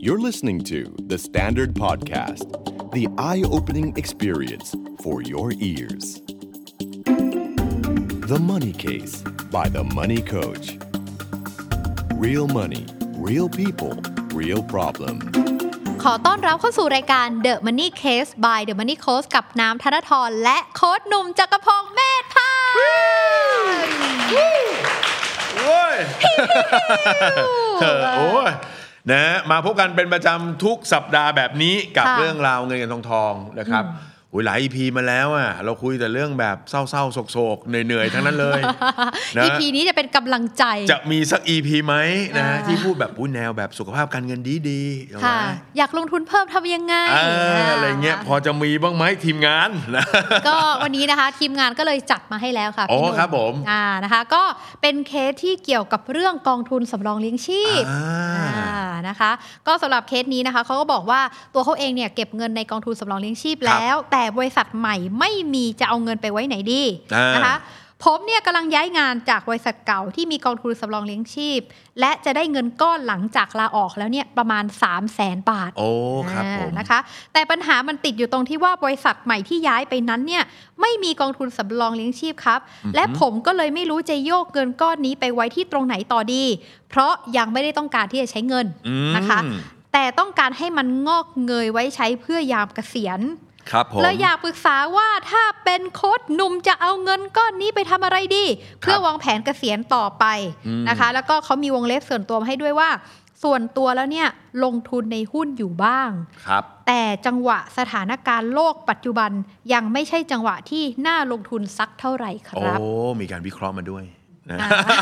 You're listening to The Standard Podcast, the eye-opening experience for your ears. The Money Case by The Money Coach. Real money, real people, real problem. ขอต้อนรับเข้าสู่รายการ The Money Case by The Money Coach กับน้ำธนทรและโค้ชหนุ่มจักรพงษ์เมธพันธ์โอ้ยโอ้ยนะมาพบกันเป็นประจำทุกสัปดาห์แบบนี้กับเรื่องราวเงินกันทองนะครับหลาย EP มาแล้วอ่ะเราคุยแต่เรื่องแบบเศร้าๆโศกๆเหนื่อยๆทั้งนั้นเลยนะ EP นี้จะเป็นกำลังใจจะมีสัก EP ไหมนะที่พูดแบบแนวแบบสุขภาพการเงินดีๆค่ะอยากลงทุนเพิ่มทำยังไงอะไรเงี้ยพอจะมีบ้างไหมทีมงานนะก็วันนี้นะคะทีมงานก็เลยจัดมาให้แล้วค่ะพี่หนุ่มครับผมนะคะก็เป็นเคสที่เกี่ยวกับเรื่องกองทุนสำรองเลี้ยงชีพนะคะก็สำหรับเคสนี้นะคะเขาก็บอกว่าตัวเขาเองเนี่ยเก็บเงินในกองทุนสำรองเลี้ยงชีพแล้วแต่บริษัทใหม่ไม่มีจะเอาเงินไปไว้ไหนดีนะคะผมเนี่ยกำลังย้ายงานจากบริษัทเก่าที่มีกองทุนสำรองเลี้ยงชีพและจะได้เงินก้อนหลังจากลาออกแล้วเนี่ยประมาณ 300,000 บาทโอ้ครับผมนะคะแต่ปัญหามันติดอยู่ตรงที่ว่าบริษัทใหม่ที่ย้ายไปนั้นเนี่ยไม่มีกองทุนสำรองเลี้ยงชีพครับและผมก็เลยไม่รู้จะโยกเงินก้อนนี้ไปไว้ที่ตรงไหนต่อดีเพราะยังไม่ได้ต้องการที่จะใช้เงินนะคะแต่ต้องการให้มันงอกเงยไว้ใช้เพื่อยามเกษียณแล้วอยากปรึกษาว่าถ้าเป็นโค้ชหนุ่มจะเอาเงินก้อนนี้ไปทำอะไรดีเพื่อวางแผนเกษียณต่อไปนะคะแล้วก็เขามีวงเล็บส่วนตัวมาให้ด้วยว่าส่วนตัวแล้วเนี่ยลงทุนในหุ้นอยู่บ้างแต่จังหวะสถานการณ์โลกปัจจุบันยังไม่ใช่จังหวะที่น่าลงทุนสักเท่าไหร่ครับโอ้มีการวิเคราะห์มาด้วยนะ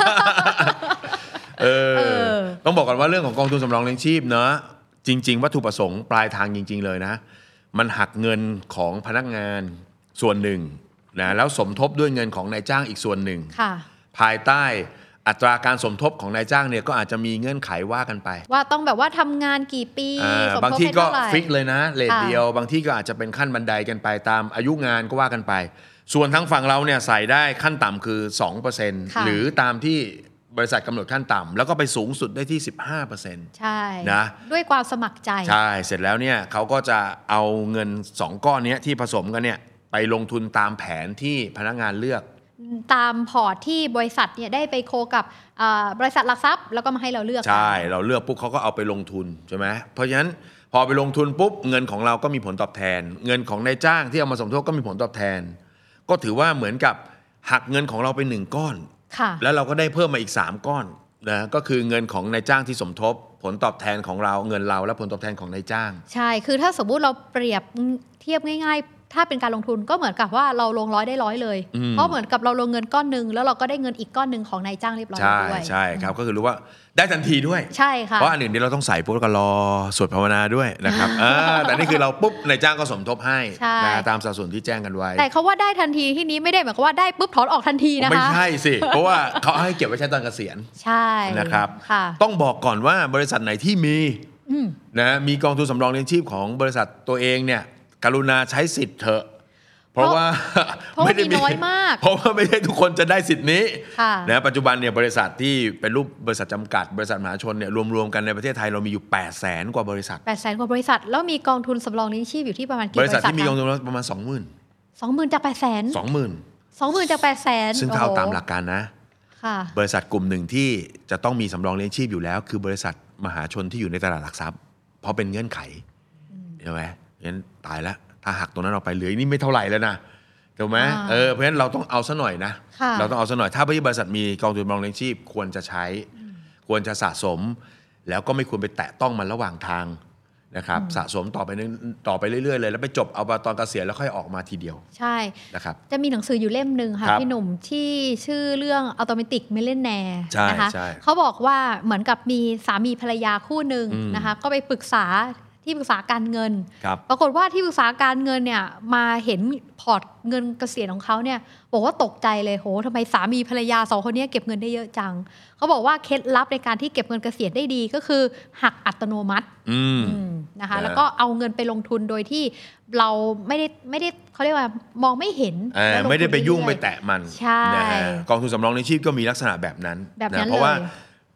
ต้องบอกก่อนว่าเรื่องของกองทุนสำรองเลี้ยงชีพเนอะจริงๆวัตถุประสงค์ปลายทางจริงๆเลยนะมันหักเงินของพนักงานส่วนหนึ่งนะแล้วสมทบด้วยเงินของนายจ้างอีกส่วนหนึ่งภายใต้อัตราการสมทบของนายจ้างเนี่ยก็อาจจะมีเงื่อนไขว่ากันไปว่าต้องแบบว่าทำงานกี่ปีสมทบให้เท่าไหร่บางที่ก็ฟิกเลยนะเรทเดียวบางที่ก็อาจจะเป็นขั้นบันไดกันไปตามอายุงานก็ว่ากันไปส่วนทั้งฝั่งเราเนี่ยใส่ได้ขั้นต่ำคือ 2% หรือตามที่บริษัทกำหนดขั้นต่ำแล้วก็ไปสูงสุดได้ที่ 15% ใช่นะด้วยความสมัครใจใช่เสร็จแล้วเนี่ยเขาก็จะเอาเงิน2ก้อนนี้ที่ผสมกันเนี่ยไปลงทุนตามแผนที่พนักงานเลือกตามพอร์ตที่บริษัทเนี่ยได้ไปโคกับบริษัทหลักทรัพย์แล้วก็มาให้เราเลือกใช่เราเลือกปุ๊บเขาก็เอาไปลงทุนใช่ไหมเพราะฉะนั้นพอไปลงทุนปุ๊บเงินของเราก็มีผลตอบแทนเงินของนายจ้างที่เอามาสมทบก็มีผลตอบแทนก็ถือว่าเหมือนกับหักเงินของเราไป1ก้อนแล้วเราก็ได้เพิ่มมาอีก3ก้อนนะก็คือเงินของนายจ้างที่สมทบผลตอบแทนของเราเงินเราและผลตอบแทนของนายจ้างใช่คือถ้าสมมุติเราเปรียบเทียบง่ายๆถ้าเป็นการลงทุนก็เหมือนกับว่าเราลง100ได้100เลยเพราะเหมือนกับเราลงเงินก้อนนึงแล้วเราก็ได้เงินอีกก้อนนึงของนายจ้างเรียบร้อยด้วยใช่ครับก็คือรู้ว่าได้ทันทีด้วยใช่ค่ะเพราะอันอื่นที่เราต้องใส่ปุ๊บก็รอสวดภาวนาด้วยนะครับแต่นี่คือเราปุ๊บนายจ้างก็สมทบให้นะตามสัดส่วนที่แจ้งกันไว้แต่เขาว่าได้ทันทีที่นี้ไม่ได้หมายความว่าได้ปุ๊บถอนออกทันทีนะคะไม่ใช่สิเพราะว่าเขาให้เก็บไว้ใช้ตอนเกษียณใช่นะครับต้องบอกก่อนว่าบริษัทไหนที่มีมีกองทุนสำรองเลี้ยงชีพของบริษัทตัวเองเนี่ยกรุณาใช้สิทธิ์เถอะเพราะว่าไม่ได้มีน้อยมากเพราะว่าไม่ใช่ทุกคนจะได้สิทธิ์นี้นะปัจจุบันเนี่ยบริษัทที่เป็นรูปบริษัทจำกัดบริษัทมหาชนเนี่ยรวมๆกันในประเทศไทยเรามีอยู่ 800,000 กว่าบริษัท 800,000 กว่าบริษัทแล้วมีกองทุนสำรองเลี้ยงชีพอยู่ที่ประมาณกี่บริษัทที่มีกองทุนประมาณ 20,000 จาก 800,000 20,000 จาก 800,000 ซึ่งเข้าตามหลักการนะบริษัทกลุ่มหนึ่งที่จะต้องมีสำรองเลี้ยงชีพอยู่แล้วคือบริษัทมหาชนที่อยู่ในตลาดหลักทรัพย์เพราะเป็นเงื่อนไขใช่ไหมงั้นตายแล้วถ้าหักตรงนั้นออกไปเหลือนี่ไม่เท่าไหร่แล้วนะถูกไหมเพราะฉะนั้นเราต้องเอาซะหน่อยนะเราต้องเอาซะหน่อยถ้าบริษัทมีกองทุนสำรองเลี้ยงชีพควรจะใช้ควรจะสะสมแล้วก็ไม่ควรไปแตะต้องมันระหว่างทางนะครับสะสมต่อไปเรื่อยๆเลยแล้วไปจบเอาตอนเกษียณแล้วค่อยออกมาทีเดียวใช่นะครับจะมีหนังสืออยู่เล่มนึงค่ะพี่หนุ่มที่ชื่อเรื่อง Automatic Millionaire นะคะเขาบอกว่าเหมือนกับมีสามีภรรยาคู่นึงนะคะก็ไปปรึกษาที่ปรึกษาการเงินปรากฏว่าที่ปรึกษาการเงินเนี่ยมาเห็นพอร์ตเงินเกษียณของเขาเนี่ยบอกว่าตกใจเลยโหทำไมสามีภรรยา2คนนี้เก็บเงินได้เยอะจังเขาบอกว่าเคล็ดลับในการที่เก็บเงินเกษียณได้ดีก็คือหักอัตโนมัตินะคะแล้วก็เอาเงินไปลงทุนโดยที่เราไม่ได้เขาเรียกว่ามองไม่เห็นไม่ได้ไปยุ่งไปแตะมันใช่กองทุนสำรองเลี้ยงชีพก็มีลักษณะแบบนั้นเพราะว่า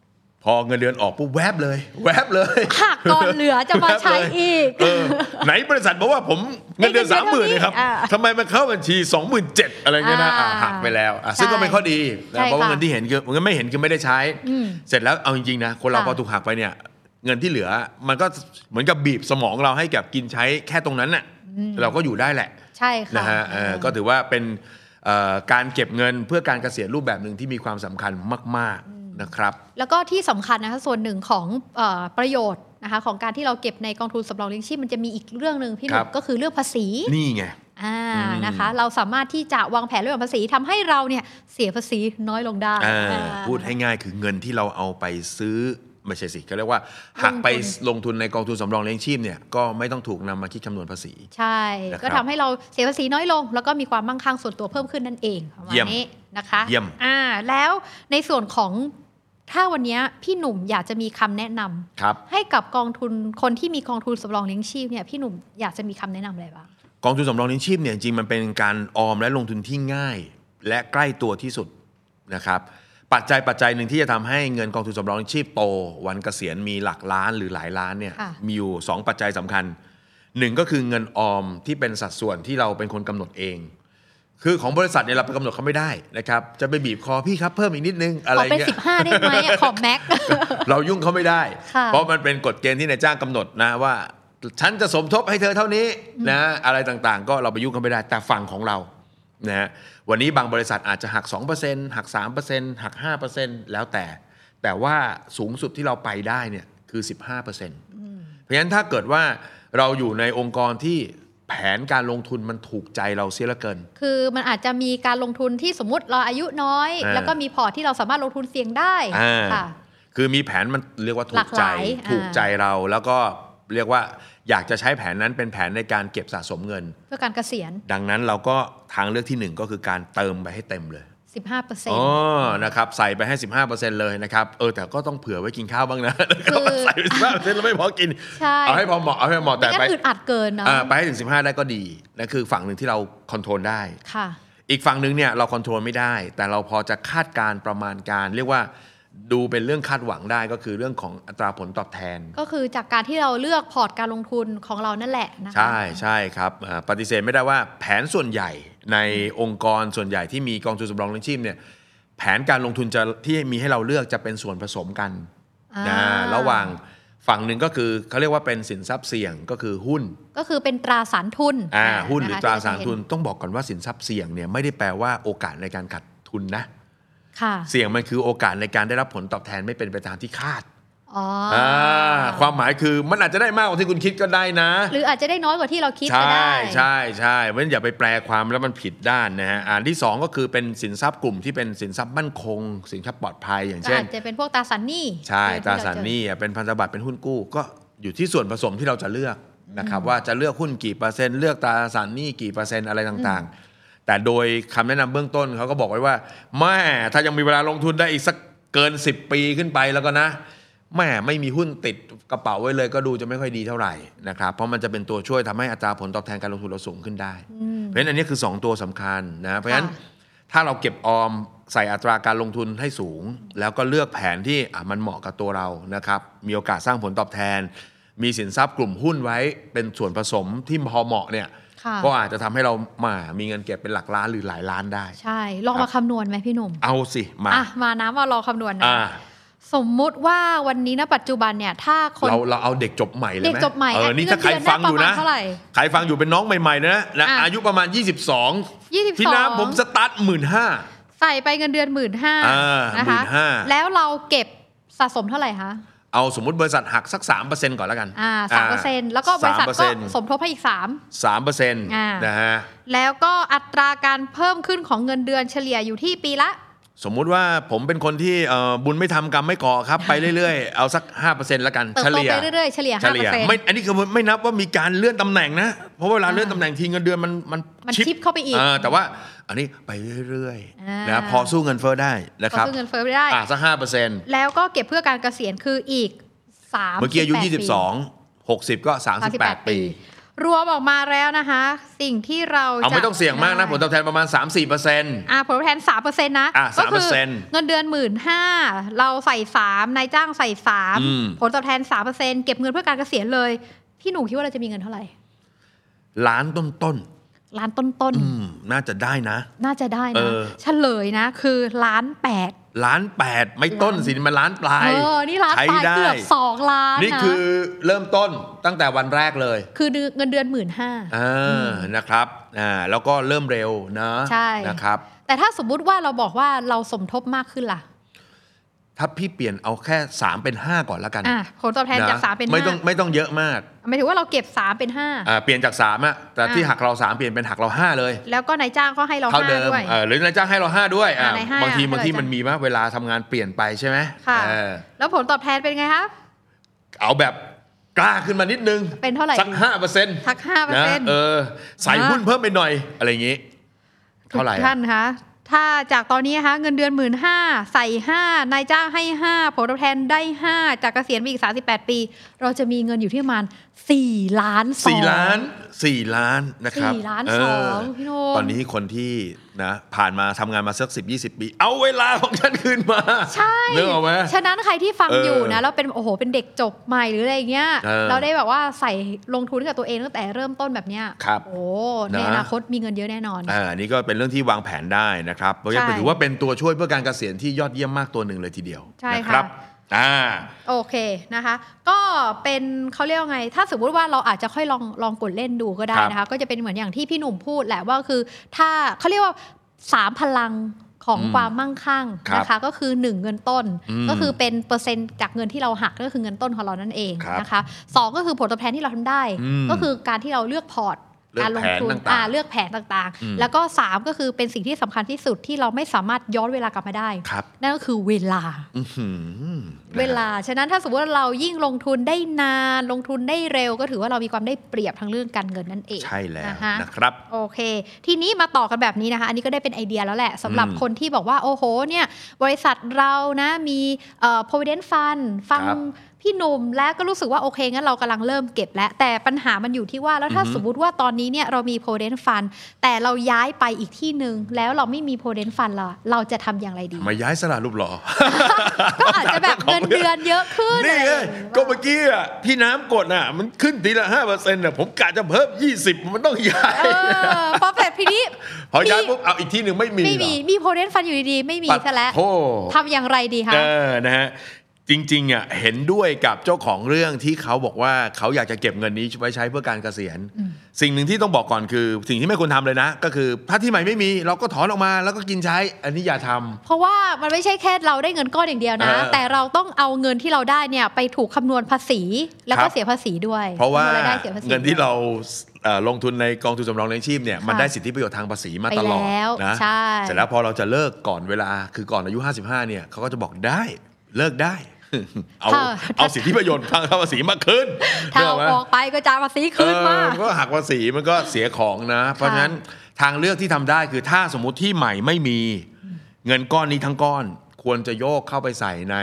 พอเงินเดือนออกปุ๊บแวบเลยหักก่อนเหลือจะมาใช้อีกไหนบริษัทบอกว่าผมเงินเดือน 30,000 เลยครับทำไมมันเข้าบัญชี 27,000 อะไรเงี้ยนะหักไปแล้วซึ่งก็เป็นข้อดีนะเพราะว่าเงินที่เห็นคือเงินไม่เห็นคือไม่ได้ใช้เสร็จแล้วเอาจริงๆนะคนเราพอถูกหักไปเนี่ยเงินที่เหลือมันก็เหมือนกับบีบสมองเราให้กับกินใช้แค่ตรงนั้นน่ะเราก็อยู่ได้แหละใช่ค่ะนะฮะก็ถือว่าเป็นการเก็บเงินเพื่อการเกษียณรูปแบบหนึ่งที่มีความสำคัญมากๆนะครับแล้วก็ที่สำคัญนะคะส่วนหนึ่งของประโยชน์นะคะของการที่เราเก็บในกองทุนสำรองเลี้ยงชีพมันจะมีอีกเรื่องนึงพี่หนุ่มก็คือเรื่องภาษีนี่ไงนะคะเราสามารถที่จะวางแผนเรื่องภาษีทำให้เราเนี่ยเสียภาษีน้อยลงได้พูดให้ง่ายคือเงินที่เราเอาไปซื้อไม่ใช่สิเขาเรียกว่าหักไปลงทุนในกองทุนสำรองเลี้ยงชีพเนี่ยก็ไม่ต้องถูกนำมาคิดคำนวณภาษีใช่ก็ทำให้เราเสียภาษีน้อยลงแล้วก็มีความมั่งคั่งส่วนตัวเพิ่มขึ้นนั่นเองประมาณนี้นะคะเยี่ยมแล้วในส่วนของถ้าวันนี้พี่หนุ่มอยากจะมีคำแนะนำให้กับกองทุนคนที่มีกองทุนสำรองเลี้ยงชีพเนี่ยพี่หนุ่มอยากจะมีคำแนะนำอะไรบ้างกองทุนสำรองเลี้ยงชีพเนี่ยจริงมันเป็นการออมและลงทุนที่ง่ายและใกล้ตัวที่สุดนะครับปัจจัยหนึ่งที่จะทำให้เงินกองทุนสำรองเลี้ยงชีพโตวันเกษียณมีหลักล้านหรือหลายล้านเนี่ยมีอยู่2ปัจจัยสำคัญ1ก็คือเงินออมที่เป็นสัดส่วนที่เราเป็นคนกำหนดเองคือของบริษัทเนี่ยเราไปกำหนดเขาไม่ได้นะครับจะไปบีบคอพี่ครับเพิ่มอีกนิดนึงอะไรเงี้ยขอเป็น15ได้ไหมขอแม็กเรายุ่งเขาไม่ได้เพราะมันเป็นกฎเกณฑ์ที่นายจ้างกำหนดนะว่าฉันจะสมทบให้เธอเท่านี้นะอะไรต่างๆก็เราไปยุ่งเขาไม่ได้แต่ฝั่งของเรานะวันนี้บางบริษัทอาจจะหัก 2% หัก 3% หัก 5% แล้วแต่ว่าสูงสุดที่เราไปได้เนี่ยคือ 15% เพราะฉะนั้นถ้าเกิดว่าเราอยู่ในองค์กรที่แผนการลงทุนมันถูกใจเราเสียเหลือเกินคือมันอาจจะมีการลงทุนที่สมมุติเราอายุน้อยแล้วก็มีพอร์ตที่เราสามารถลงทุนเสี่ยงได้ค่ะคือมีแผนมันเรียกว่าถูกใจเราแล้วก็เรียกว่าอยากจะใช้แผนนั้นเป็นแผนในการเก็บสะสมเงินเพื่อการเกษียณดังนั้นเราก็ทางเลือกที่1ก็คือการเติมไปให้เต็มเลย 15% นะครับใส่ไปให้ 15% เลยนะครับแต่ก็ต้องเผื่อไว้กินข้าวบ้างนะใส่ 15% แล้วไม่พอกินเอาให้พอเหมาะแต่ไปอึดอัดเกินนะไปให้ถึง15ได้ก็ดีนั่นคือฝั่งหนึ่งที่เราคอนโทรลได้ค่ะอีกฝั่งหนึ่งเนี่ยเราคอนโทรลไม่ได้แต่เราพอจะคาดการประมาณการเรียกว่าดูเป็นเรื่องคาดหวังได้ก็คือเรื่องของอัตราผลตอบแทนก็คือจากการที่เราเลือกพอร์ตการลงทุนของเรานั่นแหละนะคะใช่ครับปฏิเสธไม่ได้ว่าแผนส่วนใหญ่ในองค์กรส่วนใหญ่ที่มีกองทุนสำรองเลี้ยงชีพเนี่ยแผนการลงทุนที่มีให้เราเลือกจะเป็นส่วนผสมกันนะระหว่างฝั่งหนึ่งก็คือเขาเรียกว่าเป็นสินทรัพย์เสี่ยงก็คือหุ้นก็คือเป็นตราสารทุนหุ้นหรือตราสารทุนต้องบอกก่อนว่าสินทรัพย์เสี่ยงเนี่ยไม่ได้แปลว่าโอกาสในการขาดทุนนะเสี่ยงมันคือโอกาสในการได้รับผลตอบแทนไม่เป็นไปตามที่คาดความหมายคือมันอาจจะได้มากกว่าที่คุณคิดก็ได้นะหรืออาจจะได้น้อยกว่าที่เราคิดก็ได้ใช่เพราะฉะนั้นอย่าไปแปลความแล้วมันผิดด้านนะฮะอันที่2ก็คือเป็นสินทรัพย์กลุ่มที่เป็นสินทรัพย์มั่นคงสินทรัพย์ปลอดภัยอย่างเช่นอาจจะเป็นพวกตราสารหนี้ใช่ตราสารหนี้เป็นพันธบัตรเป็นหุ้นกู้ก็อยู่ที่ส่วนผสมที่เราจะเลือกนะครับว่าจะเลือกหุ้นกี่เปอร์เซ็นต์เลือกตราสารหนี้กี่เปอร์เซ็นต์อะไรต่างๆแต่โดยคำแนะนำเบื้องต้นเขาก็บอกไว้ว่าแม่ถ้ายังมีเวลาลงทุนได้อีกสักเกิน10 ปีขึ้นไปแล้วก็นะแม่ไม่มีหุ้นติดกระเป๋าไว้เลยก็ดูจะไม่ค่อยดีเท่าไหร่นะครับเพราะมันจะเป็นตัวช่วยทำให้อัตราผลตอบแทนการลงทุนเราสูงขึ้นได้เพราะฉะนั้นอันนี้คือ2ตัวสำคัญนะเพราะฉะนั้นถ้าเราเก็บออมใส่อัตราการลงทุนให้สูงแล้วก็เลือกแผนที่มันเหมาะกับตัวเรานะครับมีโอกาสสร้างผลตอบแทนมีสินทรัพย์กลุ่มหุ้นไว้เป็นส่วนผสมที่พอเหมาะเนี่ยก็อาจจะทำให้เรามีเงินเก็บเป็นหลักล้านหรือหลายล้านได้ใช่ลองมาคำนวณไหมพี่หนุ่มเอาสิมานะมาลองคำนวณนะสมมุติว่าวันนี้ณปัจจุบันเนี่ยถ้าคนเราเอาเด็กจบใหม่เลยไหมเด็กจบใหม่นี่ถ้าใครฟังอยู่นะใครฟังอยู่เป็นน้องใหม่ๆนะอายุประมาณ22พี่น้ำผมสตาร์ท 15,000 ใส่ไปเงินเดือน 15,000 นะคะแล้วเราเก็บสะสมเท่าไหร่คะเอาสมมุติบริษัทหักสัก 3% ก่อนแล้วกัน 3%แล้วก็บริษัทก็สมทบให้อีก 3%นะฮะแล้วก็อัตราการเพิ่มขึ้นของเงินเดือนเฉลี่ยอยู่ที่ปีละสมมุติว่าผมเป็นคนที่บุญไม่ทำกรรมไม่ก่อครับไปเรื่อยๆเอาสัก 5% แล้วกันเฉลี่ยไปเรื่อยๆเฉลี่ย 5% ไม่อันนี้คือไม่นับว่ามีการเลื่อนตำแหน่งนะเพราะเวลาเลื่อนตำแหน่งทีเงินเดือนมันชิปเข้าไปอีกแต่ว่าอันนี้ไปเรื่อยๆนะพอสู้เงินเฟ้อได้นะครับพอสู้เงินเฟ้อได้สัก 5% แล้วก็เก็บเพื่อการเกษียณคืออีก3 เมื่อกี้อายุ22 60ก็38 ปีรวมออกมาแล้วนะคะสิ่งที่เราจะไม่ต้องเสี่ยงมากนะผลตอบแทนประมาณ 3-4% ผลตอบแทน 3% นะก็คือเงินเดือน 15,000 เราใส่3นายจ้างใส่3ผลตอบแทน 3% เก็บเงินเพื่อการเกษียณเลยพี่หนูคิดว่าเราจะมีเงินเท่าไหร่ล้านต้นล้านต้นน่าจะได้นะน่าจะได้นะเฉลยนะคือ1,800,000 ไม่ต้นสิมันล้านปลายนี่ล้านปลายเกือบ2 ล้านนี่คือเริ่มต้นตั้งแต่วันแรกเลยคือเงินเดือน 15,000 นะครับแล้วก็เริ่มเร็วนะใช่นะครับแต่ถ้าสมมุติว่าเราบอกว่าเราสมทบมากขึ้นล่ะถ้าพี่เปลี่ยนเอาแค่3เป็น5ก่อนแล้วกันผลตอบแทนจาก3เป็น5 ไม่ต้องเยอะมากหมายถึงว่าเราเก็บ3เป็น5 เปลี่ยนจาก3แต่ที่หักเรา3เปลี่ยนเป็นหักเรา5เลยแล้วก็นายจ้างก็ให้เรา5ด้วยหรือนายจ้างให้เรา5ด้วยบางทีมันมีมั้ยเวลาทำงานเปลี่ยนไปใช่ไหมแล้วผลตอบแทนเป็นไงคะเอาแบบกล้าขึ้นมานิดนึงเป็นเท่าไหร่สัก 5% สัก 5% ใส่หุ้นเพิ่มไปหน่อยอะไรอย่างงี้เท่าไหร่ท่านคะถ้าจากตอนนี้นะคะเงินเดือน 15,000 ใส่5นายจ้างให้5ผลตอบแทนได้5จากเกษียณไปอีก38ปีเราจะมีเงินอยู่ที่ประมาณ4 ล้านนะครับ4 ล้านพี่โน้ตอนนี้คนที่นะผ่านมาทำงานมาสัก 10-20 ปีเอาเวลาของฉันคืนมาใช่นึกออกมั้ยฉะนั้นใครที่ฟังอยู่นะแล้วเป็นเป็นเด็กจบใหม่หรืออะไรอย่างเงี้ยเราได้แบบว่าใส่ลงทุนกับตัวเองตั้งแต่เริ่มต้นแบบเนี้ยในอนาคตมีเงินเยอะแน่นอนอันนี้ก็เป็นเรื่องที่วางแผนได้นะครับเพราะว่าถือว่าเป็นตัวช่วยเพื่อการเกษียณที่ยอดเยี่ยมมากตัวหนึ่งเลยทีเดียวนะครับโอเคนะคะก็เป็นเขาเรียกว่าไงถ้าสมมติว่าเราอาจจะค่อยลองกดเล่นดูก็ได้นะคะก็จะเป็นเหมือนอย่างที่พี่หนุ่มพูดแหละว่าคือถ้าเขาเรียกว่า3พลังของความมั่งคั่งนะคะก็คือ1เงินต้นก็คือเป็นเปอร์เซ็นต์จากเงินที่เราหักก็คือเงินต้นของเรานั่นเองนะคะ2ก็คือผลตอบแทนที่เราทำได้ก็คือการที่เราเลือกพอร์ตการลงทุนเลือกแผนต่างๆแล้วก็3ก็คือเป็นสิ่งที่สำคัญที่สุดที่เราไม่สามารถย้อนเวลากลับมาได้นั่นก็คือเวลาฉะนั้นถ้าสมมติว่าเรายิ่งลงทุนได้นานลงทุนได้เร็วก็ถือว่าเรามีความได้เปรียบทางเรื่องการเงินนั่นเองใช่แล้วนะครับโอเคทีนี้มาต่อกันแบบนี้นะคะอันนี้ก็ได้เป็นไอเดียแล้วแหละสำหรับคนที่บอกว่าโอ้โหเนี่ยบริษัทเรานะมีprovident fund ฟังพี่หนุ่มและก็รู้สึกว่าโอเคงั้นเรากำลังเริ่มเก็บแล้วแต่ปัญหามันอยู่ที่ว่าแล้วถ้าสมมุติว่าตอนนี้เนี่ยเรามี provident fund แต่เราย้ายไปอีกที่นึงแล้วเราไม่มี provident fund เราจะทำอย่างไรดีมาย้ายสละรูปหล่อก็อาจจะแบบเงินเดือนเยอะขึ้นนี่ก็เมื่อกี้พี่น้ำกดมันขึ้นทีละ 5% ผมกะจะเพิ่ม20มันต้องย้ายพอแบบพี่นี้พอย้ายปุ๊บเอาอีกที่นึงไม่มีมี provident fund อยู่ดีๆไม่มีซะแล้วทำอย่างไรดีคะนะฮะจริงๆเห็นด้วยกับเจ้าของเรื่องที่เขาบอกว่าเขาอยากจะเก็บเงินนี้ไว้ใช้เพื่อการเกษียณสิ่งหนึ่งที่ต้องบอกก่อนคือสิ่งที่ไม่ควรทำเลยนะก็คือถ้าที่ใหม่ไม่มีเราก็ถอนออกมาแล้วก็กินใช้อันนี้อย่าทำเพราะว่ามันไม่ใช่แค่เราได้เงินก้อนอย่างเดียวนะแต่เราต้องเอาเงินที่เราได้เนี่ยไปถูกคำนวณภาษีแล้วก็เสียภาษีด้วยเพราะว่าเงินที่เราลงทุนในกองทุนสำรองเลี้ยงชีพเนี่ยมันได้สิทธิประโยชน์ทางภาษีมาตลอดนะเสร็จแล้วพอเราจะเลิกก่อนเวลาคือก่อนอายุ55เนี่ยเขาก็จะบอกได้เลิกได้เอาสิทธิประโยชน์ทางภาษีมาคืนถ้าออกไปก็จ่ายภาษีคืนมาก็หักภาษีมันก็เสียของนะเพราะฉะนั้นทางเลือกที่ทำได้คือถ้าสมมุติที่ใหม่ไม่มีเงินก้อนนี้ทั้งก้อนควรจะโยกเข้าไปใส่ใน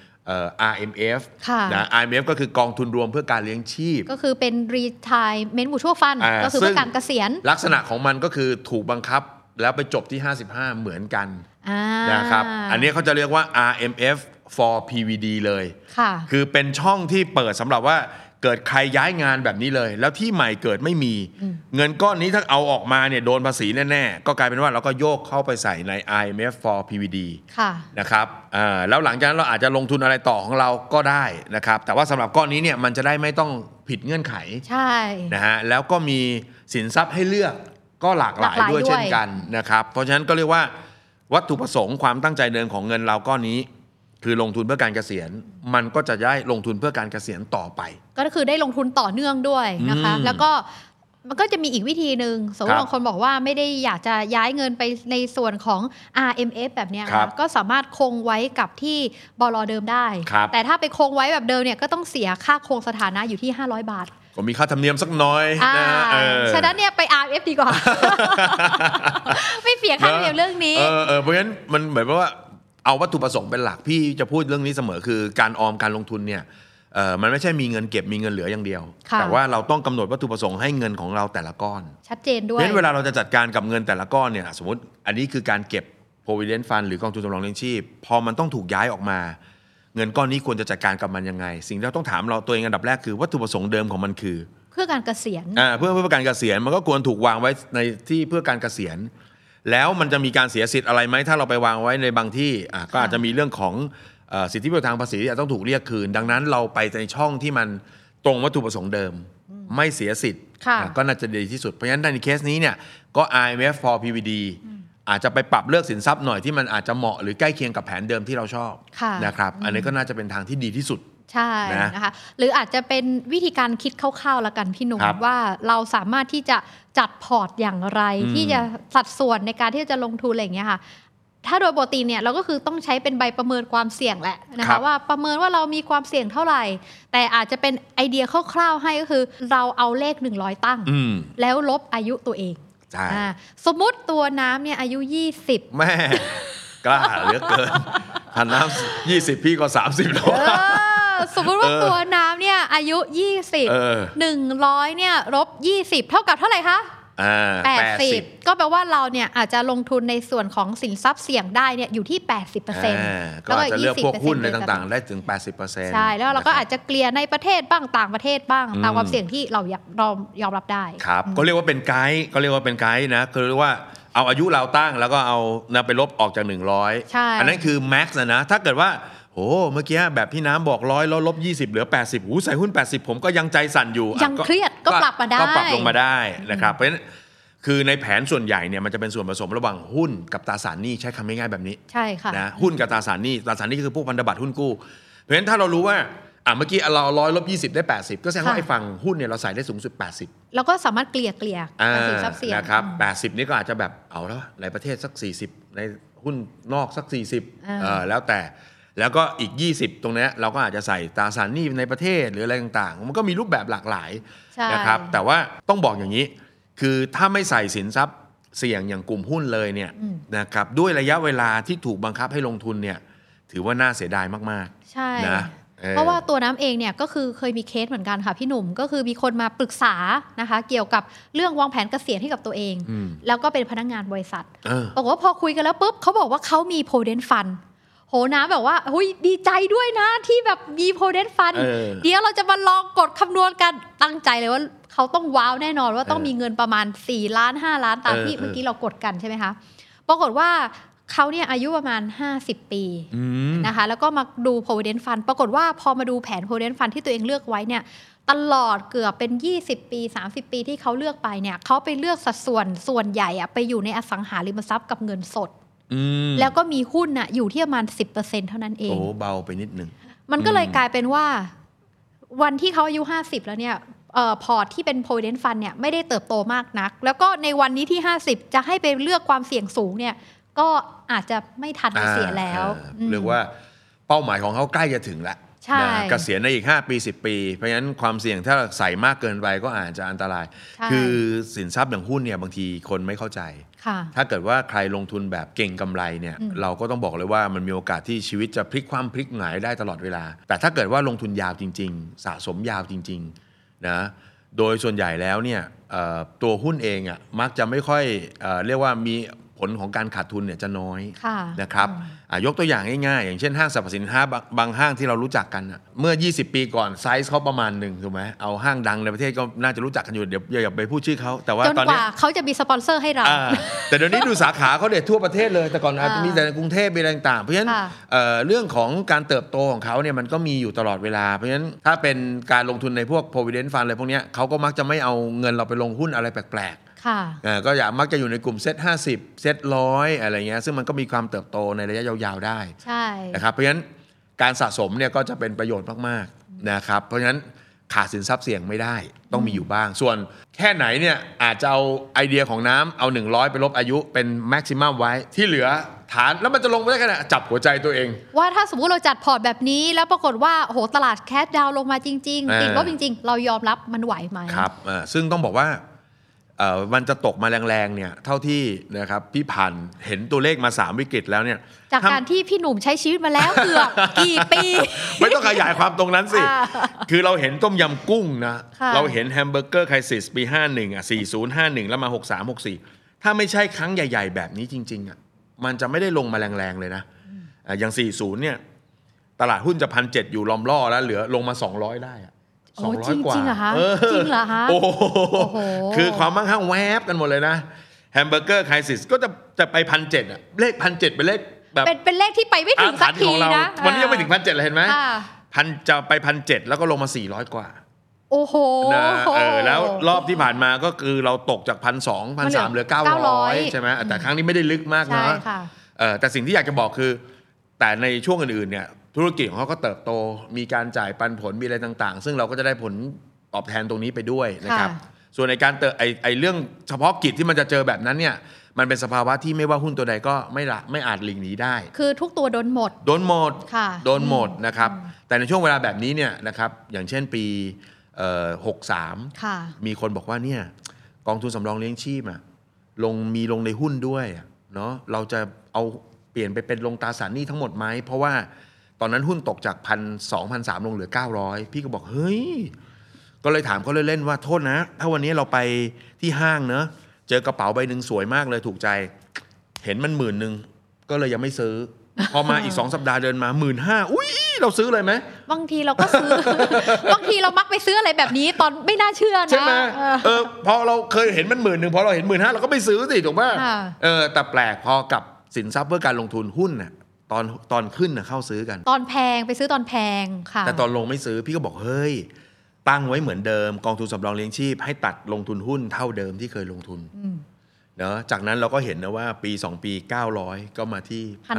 RMF นะ RMF ก็คือกองทุนรวมเพื่อการเลี้ยงชีพก็คือเป็น Retirement Mutual Fund ก็คือเพื่อการเกษียณลักษณะของมันก็คือถูกบังคับแล้วไปจบที่55เหมือนกันนะครับอันนี้เขาจะเรียกว่า RMF for PVD เลยคือเป็นช่องที่เปิดสำหรับว่าเกิดใครย้ายงานแบบนี้เลยแล้วที่ใหม่เกิดไม่มีเงินก้อนนี้ถ้าเอาออกมาเนี่ยโดนภาษีแน่ๆก็กลายเป็นว่าเราก็โยกเข้าไปใส่ใน IMF for PVD นะครับแล้วหลังจากนั้นเราอาจจะลงทุนอะไรต่อของเราก็ได้นะครับแต่ว่าสำหรับก้อนนี้เนี่ยมันจะได้ไม่ต้องผิดเงื่อนไขใช่นะฮะแล้วก็มีสินทรัพย์ให้เลือกก็หลากหลายด้วยเช่นกันนะครับเพราะฉะนั้นก็เรียกว่าวัตถุประสงค์ความตั้งใจเดิมของเงินเราก้อนนี้คือลงทุนเพื่อการเกษียณมันก็จะได้ลงทุนเพื่อการเกษียณต่อไปก็คือได้ลงทุนต่อเนื่องด้วยนะคะแล้วก็มันก็จะมีอีกวิธีนึงสมมติบางคนบอกว่าไม่ได้อยากจะย้ายเงินไปในส่วนของ RMF แบบนี้ก็สามารถคงไว้กับที่บล.เดิมได้แต่ถ้าไปคงไว้แบบเดิมเนี่ยก็ต้องเสียค่าคงสถานะอยู่ที่500 บาทก็มีค่าธรรมเนียมสักน้อยนะฉะนั้นเนี่ยไป RMF ดีกว่า ไม่เสียค่าธรรมเนียมเรื่องนี้เพราะฉะนั้นมันเหมือนว่าเอาวัตถุประสงค์เป็นหลักพี่จะพูดเรื่องนี้เสมอคือการออมการลงทุนเนี่ยมันไม่ใช่มีเงินเก็บมีเงินเหลืออย่างเดียวแต่ว่าเราต้องกำหนดวัตถุประสงค์ให้เงินของเราแต่ละก้อนชัดเจนด้วยเพราะฉะนั้นเวลาเราจะจัดการกับเงินแต่ละก้อนเนี่ยสมมติอันนี้คือการเก็บ provident fund หรือกองทุนสำรองเลี้ยงชีพพอมันต้องถูกย้ายออกมาเงินก้อนนี้ควรจะจัดการกับมันยังไงสิ่งที่เราต้องถามเราตัวเองอันดับแรกคือวัตถุประสงค์เดิมของมันคือเพื่อการเกษียณเพื่อการเกษียณมันก็ควรถูกวางไว้ในที่เพื่อการเกษียณแล้วมันจะมีการเสียสิทธิ์อะไรไหมถ้าเราไปวางไว้ในบางที่ก็อาจจะมีเรื่องของสิทธิประโยชน์ทางภาษีที่ต้องถูกเรียกคืนดังนั้นเราไปในช่องที่มันตรงวัตถุประสงค์เดิมไม่เสียสิทธิ์ก็น่าจะดีที่สุดเพราะฉะนั้นในเคสนี้เนี่ยก็ IMF for PVD อาจจะไปปรับเลือกสินทรัพย์หน่อยที่มันอาจจะเหมาะหรือใกล้เคียงกับแผนเดิมที่เราชอบนะครับอันนี้ก็น่าจะเป็นทางที่ดีที่สุดใช่นะคะหรืออาจจะเป็นวิธีการคิดคร่าวๆละกันพี่หนุ่มว่าเราสามารถที่จะจัดพอร์ตอย่างไรที่จะสัดส่วนในการที่จะลงทุนอะไรอย่างเงี้ยค่ะถ้าโดยปกติเนี่ยเราก็คือต้องใช้เป็นใบประเมินความเสี่ยงแหละนะคะว่าประเมินว่าเรามีความเสี่ยงเท่าไหร่แต่อาจจะเป็นไอเดียคร่าวๆให้ก็คือเราเอาเลข100ตั้งแล้วลบอายุตัวเองสมมุติตัวน้ำเนี่ยอายุ20 แม่กล้าเหลือเกินพันน้ำ20พี่ก็30แล้วสมมติว่าตัวน้ำเนี่ยอายุ20 100เนี่ยลบ20เท่ากับเท่าไหร่คะ80ก็แปลว่าเราเนี่ยอาจจะลงทุนในส่วนของสินทรัพย์เสี่ยงได้เนี่ยอยู่ที่ 80% ก็อาจจะเลือกพวกหุ้นในต่างๆได้ถึง 80% ใช่แล้วเราก็อาจจะเกลี่ยในประเทศบ้างต่างประเทศบ้างตามความเสี่ยงที่เรายอมรับได้ครับก็เรียกว่าเป็นไกด์นะคือเรียกว่าเอาอายุเราตั้งแล้วก็เอาไปลบออกจาก100อันนั้นคือแม็กซ์นะถ้าเกิดว่าโอ้เมื่อกี้แบบพี่น้ำบอก100แล้วลบ20เหลือ80ใส่หุ้น80ผมก็ยังใจสั่นอยู่ยังเครียดก็ปรับมาได้ก็ปรับลงมาได้นะครับเพราะฉะนั้นคือในแผนส่วนใหญ่เนี่ยมันจะเป็นส่วนผสมระหว่างหุ้นกับตราสารหนี้ใช้คำง่ายๆแบบนี้ใช่ค่ะนะหุ้นกับตราสารหนี้คือพวกพันธบัตรหุ้นกู้เพราะฉะนั้นถ้าเรารู้ว่าเมื่อกี้เรา100ลบ20ได้80ก็แสดงว่าไอ้ฝั่งหุ้นเนี่ยเราใส่ได้สูงสุด80 แล้วก็สามารถเกลี่ยสินทรัพย์เสี่ยงนะครับ80นี่ก็อาจจะแบบเอาแล้วในประเทศสัก40ในหุ้นนอกสัก40แล้วแต่แล้วก็อีก20ตรงนี้เราก็อาจจะใส่ตราสารหนี้ในประเทศหรืออะไรต่างๆมันก็มีรูปแบบหลากหลายนะครับแต่ว่าต้องบอกอย่างนี้คือถ้าไม่ใส่สินทรัพย์เสี่ยงอย่างกลุ่มหุ้นเลยเนี่ยนะครับด้วยระยะเวลาที่ถูกบังคับให้ลงทุนเนี่ยถือว่าน่าเสียดายมากๆใช่นะเพราะว่าตัวน้ำเองเนี่ยก็คือเคยมีเคสเหมือนกันค่ะพี่หนุ่มก็คือมีคนมาปรึกษานะคะเกี่ยวกับเรื่องวางแผนเกษียณให้กับตัวเองแล้วก็เป็นพนักงานบริษัทบอกว่าพอคุยกันแล้วปุ๊บเขาบอกว่าเขามี Provident Fundโหนะแบบว่าดีใจด้วยนะที่แบบมี Provident Fund เดี๋ยวเราจะมาลองกดคำนวณกันตั้งใจเลยว่าเขาต้องว้าวแน่นอนว่าต้องมีเงินประมาณ4ล้าน5ล้านตามที่เมื่อกี้เรากดกันใช่ไหมคะปรากฏว่าเขาเนี่ยอายุประมาณ50ปีนะคะแล้วก็มาดู Provident Fund ปรากฏว่าพอมาดูแผน Provident Fund ที่ตัวเองเลือกไว้เนี่ยตลอดเกือบเป็น20ปี30ปีที่เขาเลือกไปเนี่ยเขาไปเลือกสัดส่วนใหญ่ไปอยู่ในอสังหาริมทรัพย์กับเงินสดแล้วก็มีหุ้นน่ะอยู่ที่ประมาณ 10% เท่านั้นเองเบาไปนิดนึงมันก็เลยกลายเป็นว่าวันที่เขาอายุ50แล้วเนี่ยพอร์ตที่เป็น Provident Fund เนี่ยไม่ได้เติบโตมากนักแล้วก็ในวันนี้ที่50จะให้ไปเลือกความเสี่ยงสูงเนี่ยก็อาจจะไม่ทันเสียแล้วเรียกว่าเป้าหมายของเขาใกล้จะถึงแล้วเกษียณในอีก5ปี10ปีเพราะฉะนั้นความเสี่ยงถ้าใส่มากเกินไปก็อาจจะอันตรายคือสินทรัพย์อย่างหุ้นเนี่ยบางทีคนไม่เข้าใจถ้าเกิดว่าใครลงทุนแบบเก่งกำไรเนี่ยเราก็ต้องบอกเลยว่ามันมีโอกาสที่ชีวิตจะพลิกคว่ำพลิกหงายได้ตลอดเวลาแต่ถ้าเกิดว่าลงทุนยาวจริงๆสะสมยาวจริงๆนะโดยส่วนใหญ่แล้วเนี่ยตัวหุ้นเองมักจะไม่ค่อยเรียกว่ามีผลของการขาดทุนเนี่ยจะน้อยนะครับยกตัวอย่างง่ายๆอย่างเช่นห้างสรรพสินค้าบางห้างที่เรารู้จักกันเมื่อ20ปีก่อนไซส์เขาประมาณนึงถูกไหมเอาห้างดังในประเทศก็น่าจะรู้จักกันอยู่เดี๋ยวอย่าไปพูดชื่อเขาแต่ว่าตอนนี้เขาจะมีสปอนเซอร์ให้เราแต่เดี๋ยวนี้ดูสาขาเขาเด็ดทั่วประเทศเลยแต่ก่อนอาจจะมีแต่ในกรุงเทพอะไรต่างๆเพราะฉะนั้นเรื่องของการเติบโตของเขาเนี่ยมันก็มีอยู่ตลอดเวลาเพราะฉะนั้นถ้าเป็นการลงทุนในพวก Provident Fund อะไรพวกนี้เขาก็มักจะไม่เอาเงินเราไปลงหุ้นอะไรแปลกก็อยากมักจะอยู่ในกลุ่มเซ็ต50เซ็ต100อะไรเงี้ยซึ่งมันก็มีความเติบโตในระยะยาวๆได้ใช่นะครับเพราะฉะนั้นการสะสมเนี่ยก็จะเป็นประโยชน์มากๆนะครับเพราะฉะนั้นขาดสินทรัพย์เสี่ยงไม่ได้ต้องมีอยู่บ้างส่วนแค่ไหนเนี่ยอาจจะเอาไอเดียของน้ำเอา100ไปลบอายุเป็นแม็กซิมัมไว้ที่เหลือฐานแล้วมันจะลงไปได้ขนาดจับหัวใจตัวเองว่าถ้าสมมุติเราจัดพอร์ตแบบนี้แล้วปรากฏว่าโหตลาดแคชดาวลงมาจริงๆติดลบจริงๆเรายอมรับมันไหวไหมครับซึ่งต้องบอกว่ามันจะตกมาแรงๆเนี่ยเท่าที่นะครับพี่พันธ์เห็นตัวเลขมา3วิกฤตแล้วเนี่ยจากการที่พี่หนุ่มใช้ชีวิตมาแล้วเกือบกี่ปีไม่ต้องขยายความตรงนั้นสิคือเราเห็นต้มยำกุ้งนะเราเห็นแฮมเบอร์เกอร์ไครซิสปี51 4051แล้วมา63 64ถ้าไม่ใช่ครั้งใหญ่ๆแบบนี้จริงๆมันจะไม่ได้ลงมาแรงๆเลยนะอย่าง40เนี่ยตลาดหุ้นจะ1,700อยู่ล้อมล่อแล้วเหลือลงมา200ได้200 กว่าจริงเหรอคะจริงเหรอคะโอ้โหคือความมั่งคั่งแวบกันหมดเลยนะแฮมเบอร์เกอร์ไครซิสก็จะไป1,700อ่ะเลข1,700เป็นเลขแบบเป็นเลขที่ไปไม่ถึงสักทีนะวันนี้ยังไม่ถึง1,700เลยเห็นไหมจะไป1,700แล้วก็ลงมา400กว่าโอ้โหแล้วรอบที่ผ่านมาก็คือเราตกจาก1,200 1,300เหลือ900ใช่ไหมแต่ครั้งนี้ไม่ได้ลึกมากนะแต่สิ่งที่อยากจะบอกคือแต่ในช่วงอื่นๆเนี่ยธุรกิจของเขาก็เติบโตมีการจ่ายปันผลมีอะไรต่างๆซึ่งเราก็จะได้ผลตอบแทนตรงนี้ไปด้วยนะครับส่วนในการเรื่องเฉพาะกิจที่มันจะเจอแบบนั้นเนี่ยมันเป็นสภาวะที่ไม่ว่าหุ้นตัวใดก็ไม่อาจหลีกหนีได้คือทุกตัวโดนหมดนะครับแต่ในช่วงเวลาแบบนี้เนี่ยนะครับอย่างเช่นปี63มีคนบอกว่าเนี่ยกองทุนสำรองเลี้ยงชีพลงในหุ้นด้วยเนาะเราจะเอาเปลี่ยนไปเป็นลงตราสารหนี้ทั้งหมดไหมเพราะว่าตอนนั้นหุ้นตกจาก1,200 1,300ลงเหลือ900พี่ก็บอกเฮ้ยก็เลยถามเขาเล่นๆว่าโทษนะถ้าวันนี้เราไปที่ห้างเนอะเจอกระเป๋าใบหนึ่งสวยมากเลยถูกใจเห็นมัน10,000ก็เลยยังไม่ซื้อพอมาอีก2 สัปดาห์เดินมา 15,000 อุ้ยเราซื้อเลยไหมบางทีเราก็ซื้อบางทีเรามักไปซื้ออะไรแบบนี้ตอนไม่น่าเชื่อนะใช่ไหมพอเราเคยเห็นมัน10,000พอเราเห็น 15,000เราก็ไม่ซื้อสิถูกป่ะแต่แปลกพอกับสินทรัพย์เพื่อการลงทุนหุ้นน่ะตอนขึ้นน่ะเข้าซื้อกันตอนแพงไปซื้อตอนแพงค่ะแต่ตอนลงไม่ซื้อพี่ก็บอกเฮ้ยตั้งไว้เหมือนเดิมกองทุนสำรองเลี้ยงชีพให้ตัดลงทุนหุ้นเท่าเดิมที่เคยลงทุนเนาะจากนั้นเราก็เห็นนะว่าปี2ปี900ก็มาที่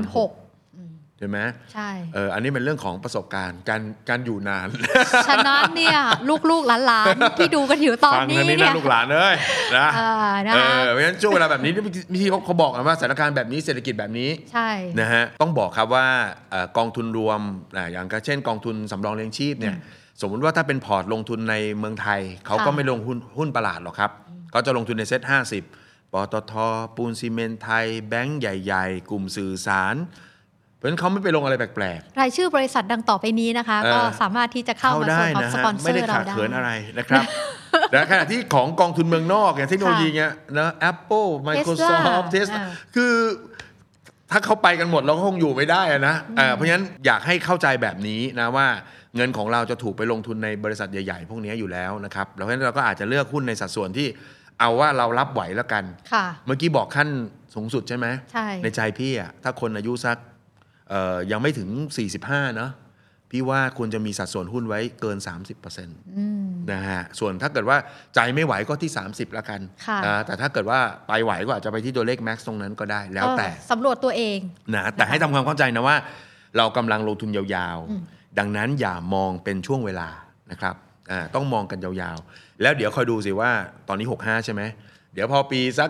1,600 ใช่ไหมใช่อันนี้เป็นเรื่องของประสบการณ์การอยู่นานฉะนั้นเนี่ยลูกๆหลานๆที่ดูกันอยู่ตอนนี้เนี่ยลูกหลานเลยนะเพราะฉะนั้นช่วงเวลาแบบนี้ที่เขาบอกว่าสถานการณ์แบบนี้เศรษฐกิจแบบนี้ใช่นะฮะต้องบอกครับว่ากองทุนรวมอย่างเช่นกองทุนสำรองเลี้ยงชีพเนี่ยสมมุติว่าถ้าเป็นพอร์ตลงทุนในเมืองไทยเขาก็ไม่ลงหุ้นตลาดหรอกครับเขาจะลงทุนในเซ็ต50ปตท.ปูนซีเมนต์ไทยแบงก์ใหญ่ๆกลุ่มสื่อสารเพราะฉะนั้นเขาไม่ไปลงอะไรแปลกๆรายชื่อบริษัทดังต่อไปนี้นะคะก็สามารถที่จะเข้ามาส่งของสปอนเซอร์เราได้ไม่ได้ขาดเขินอะไรนะครับแต่ขณะที่ของกองทุนเมืองนอกอย่างเทคโนโลยีเงี้ยนะ Apple Microsoft Tesla คือถ้าเขาไปกันหมดเราก็คงอยู่ไม่ได้นะเพราะฉะนั้นอยากให้เข้าใจแบบนี้นะว่าเงินของเราจะถูกไปลงทุนในบริษัทใหญ่ๆพวกนี้อยู่แล้วนะครับเพราะฉะนั้นเราก็อาจจะเลือกหุ้นในสัดส่วนที่เอาว่าเรารับไหวแล้วกันเมื่อกี้บอกขั้นสูงสุดใช่ไหมในใจพี่ถ้าคนอายุสักยังไม่ถึง45เนาะพี่ว่าควรจะมีสัดส่วนหุ้นไว้เกิน 30% นะฮะส่วนถ้าเกิดว่าใจไม่ไหวก็ที่30แล้วกันแต่ถ้าเกิดว่าไปไหวก็อาจจะไปที่ตัวเลขแม็กซ์ตรงนั้นก็ได้แล้วแต่สำรวจตัวเองนะแต่ให้ทำความเข้าใจนะว่าเรากำลังลงทุนยาวๆดังนั้นอย่ามองเป็นช่วงเวลานะครับต้องมองกันยาวๆแล้วเดี๋ยวคอยดูสิว่าตอนนี้65ใช่ไหมเดี๋ยวพอปีสัก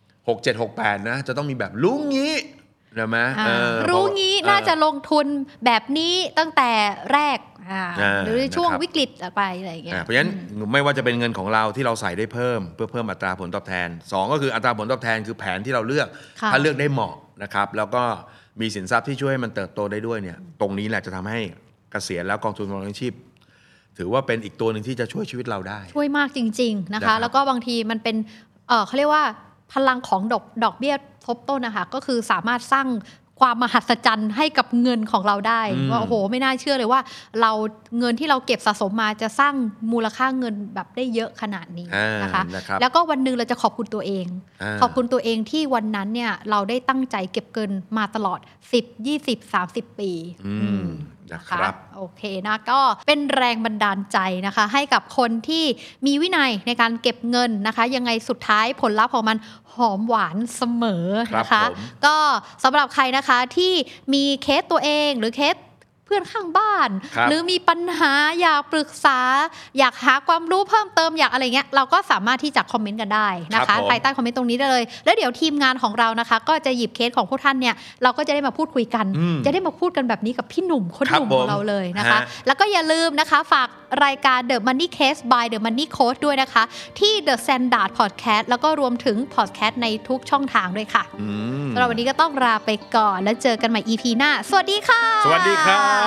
67 68นะจะต้องมีแบบรู้งี้ใช่ไหมรู้งี้น่าจะลงทุนแบบนี้ตั้งแต่แรกหรือช่วงวิกฤตไปอะไรอย่างเงี้ยเพราะฉะนั้นไม่ว่าจะเป็นเงินของเราที่เราใส่ได้เพิ่มเพื่อเพิ่มอัตราผลตอบแทน2ก็คืออัตราผลตอบแทนคือแผนที่เราเลือกถ้าเลือกได้เหมาะนะครับแล้วก็มีสินทรัพย์ที่ช่วยให้มันเติบโตได้ด้วยเนี่ยตรงนี้แหละจะทำให้เกษียณแล้วกองทุนสำรองเลี้ยงชีพถือว่าเป็นอีกตัวหนึ่งที่จะช่วยชีวิตเราได้ช่วยมากจริงๆนะคะแล้วก็บางทีมันเป็นเขาเรียกว่าพลังของดอกเบี้ยทบต้นนะคะก็คือสามารถสร้างความมหัศจรรย์ให้กับเงินของเราได้ว่าโอ้โหไม่น่าเชื่อเลยว่าเราเงินที่เราเก็บสะสมมาจะสร้างมูลค่าเงินแบบได้เยอะขนาดนี้นะคะแล้วก็วันนึงเราจะขอบคุณตัวเองขอบคุณตัวเองที่วันนั้นเนี่ยเราได้ตั้งใจเก็บเงินมาตลอด10 20 30 ปีนะครับโอเคนะก็เป็นแรงบันดาลใจนะคะให้กับคนที่มีวินัยในการเก็บเงินนะคะยังไงสุดท้ายผลลัพธ์ของมันหอมหวานเสมอนะคะก็สำหรับใครนะคะที่มีเคสตัวเองหรือเคสเพื่อนข้างบ้านครับหรือมีปัญหาอยากปรึกษาอยากหาความรู้เพิ่มเติมอยากอะไรเงี้ยเราก็สามารถที่จะคอมเมนต์กันได้นะคะภายใต้คอมเมนต์ตรงนี้ได้เลยแล้วเดี๋ยวทีมงานของเรานะคะก็จะหยิบเคสของพวกท่านเนี่ยเราก็จะได้มาพูดคุยกันจะได้มาพูดกันแบบนี้กับพี่หนุ่มคนหนุ่มของเราเลยนะคะแล้วก็อย่าลืมนะคะฝากรายการ The Money Case by The Money Coach ด้วยนะคะที่ The Standard Podcast แล้วก็รวมถึง podcast ในทุกช่องทางด้วยค่ะสำหรับวันนี้ก็ต้องลาไปก่อนแล้วเจอกันใหม่ EP หน้าสวัสดีค่ะสวัสดีครับ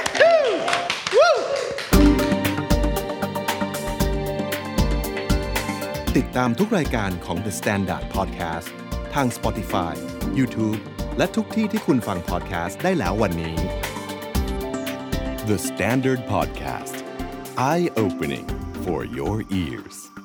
ติดตามทุกรายการของ The Standard Podcast ทาง Spotify, YouTube และทุกที่ที่คุณฟัง podcast ได้แล้ววันนี้ The Standard Podcast Eye Opening for your ears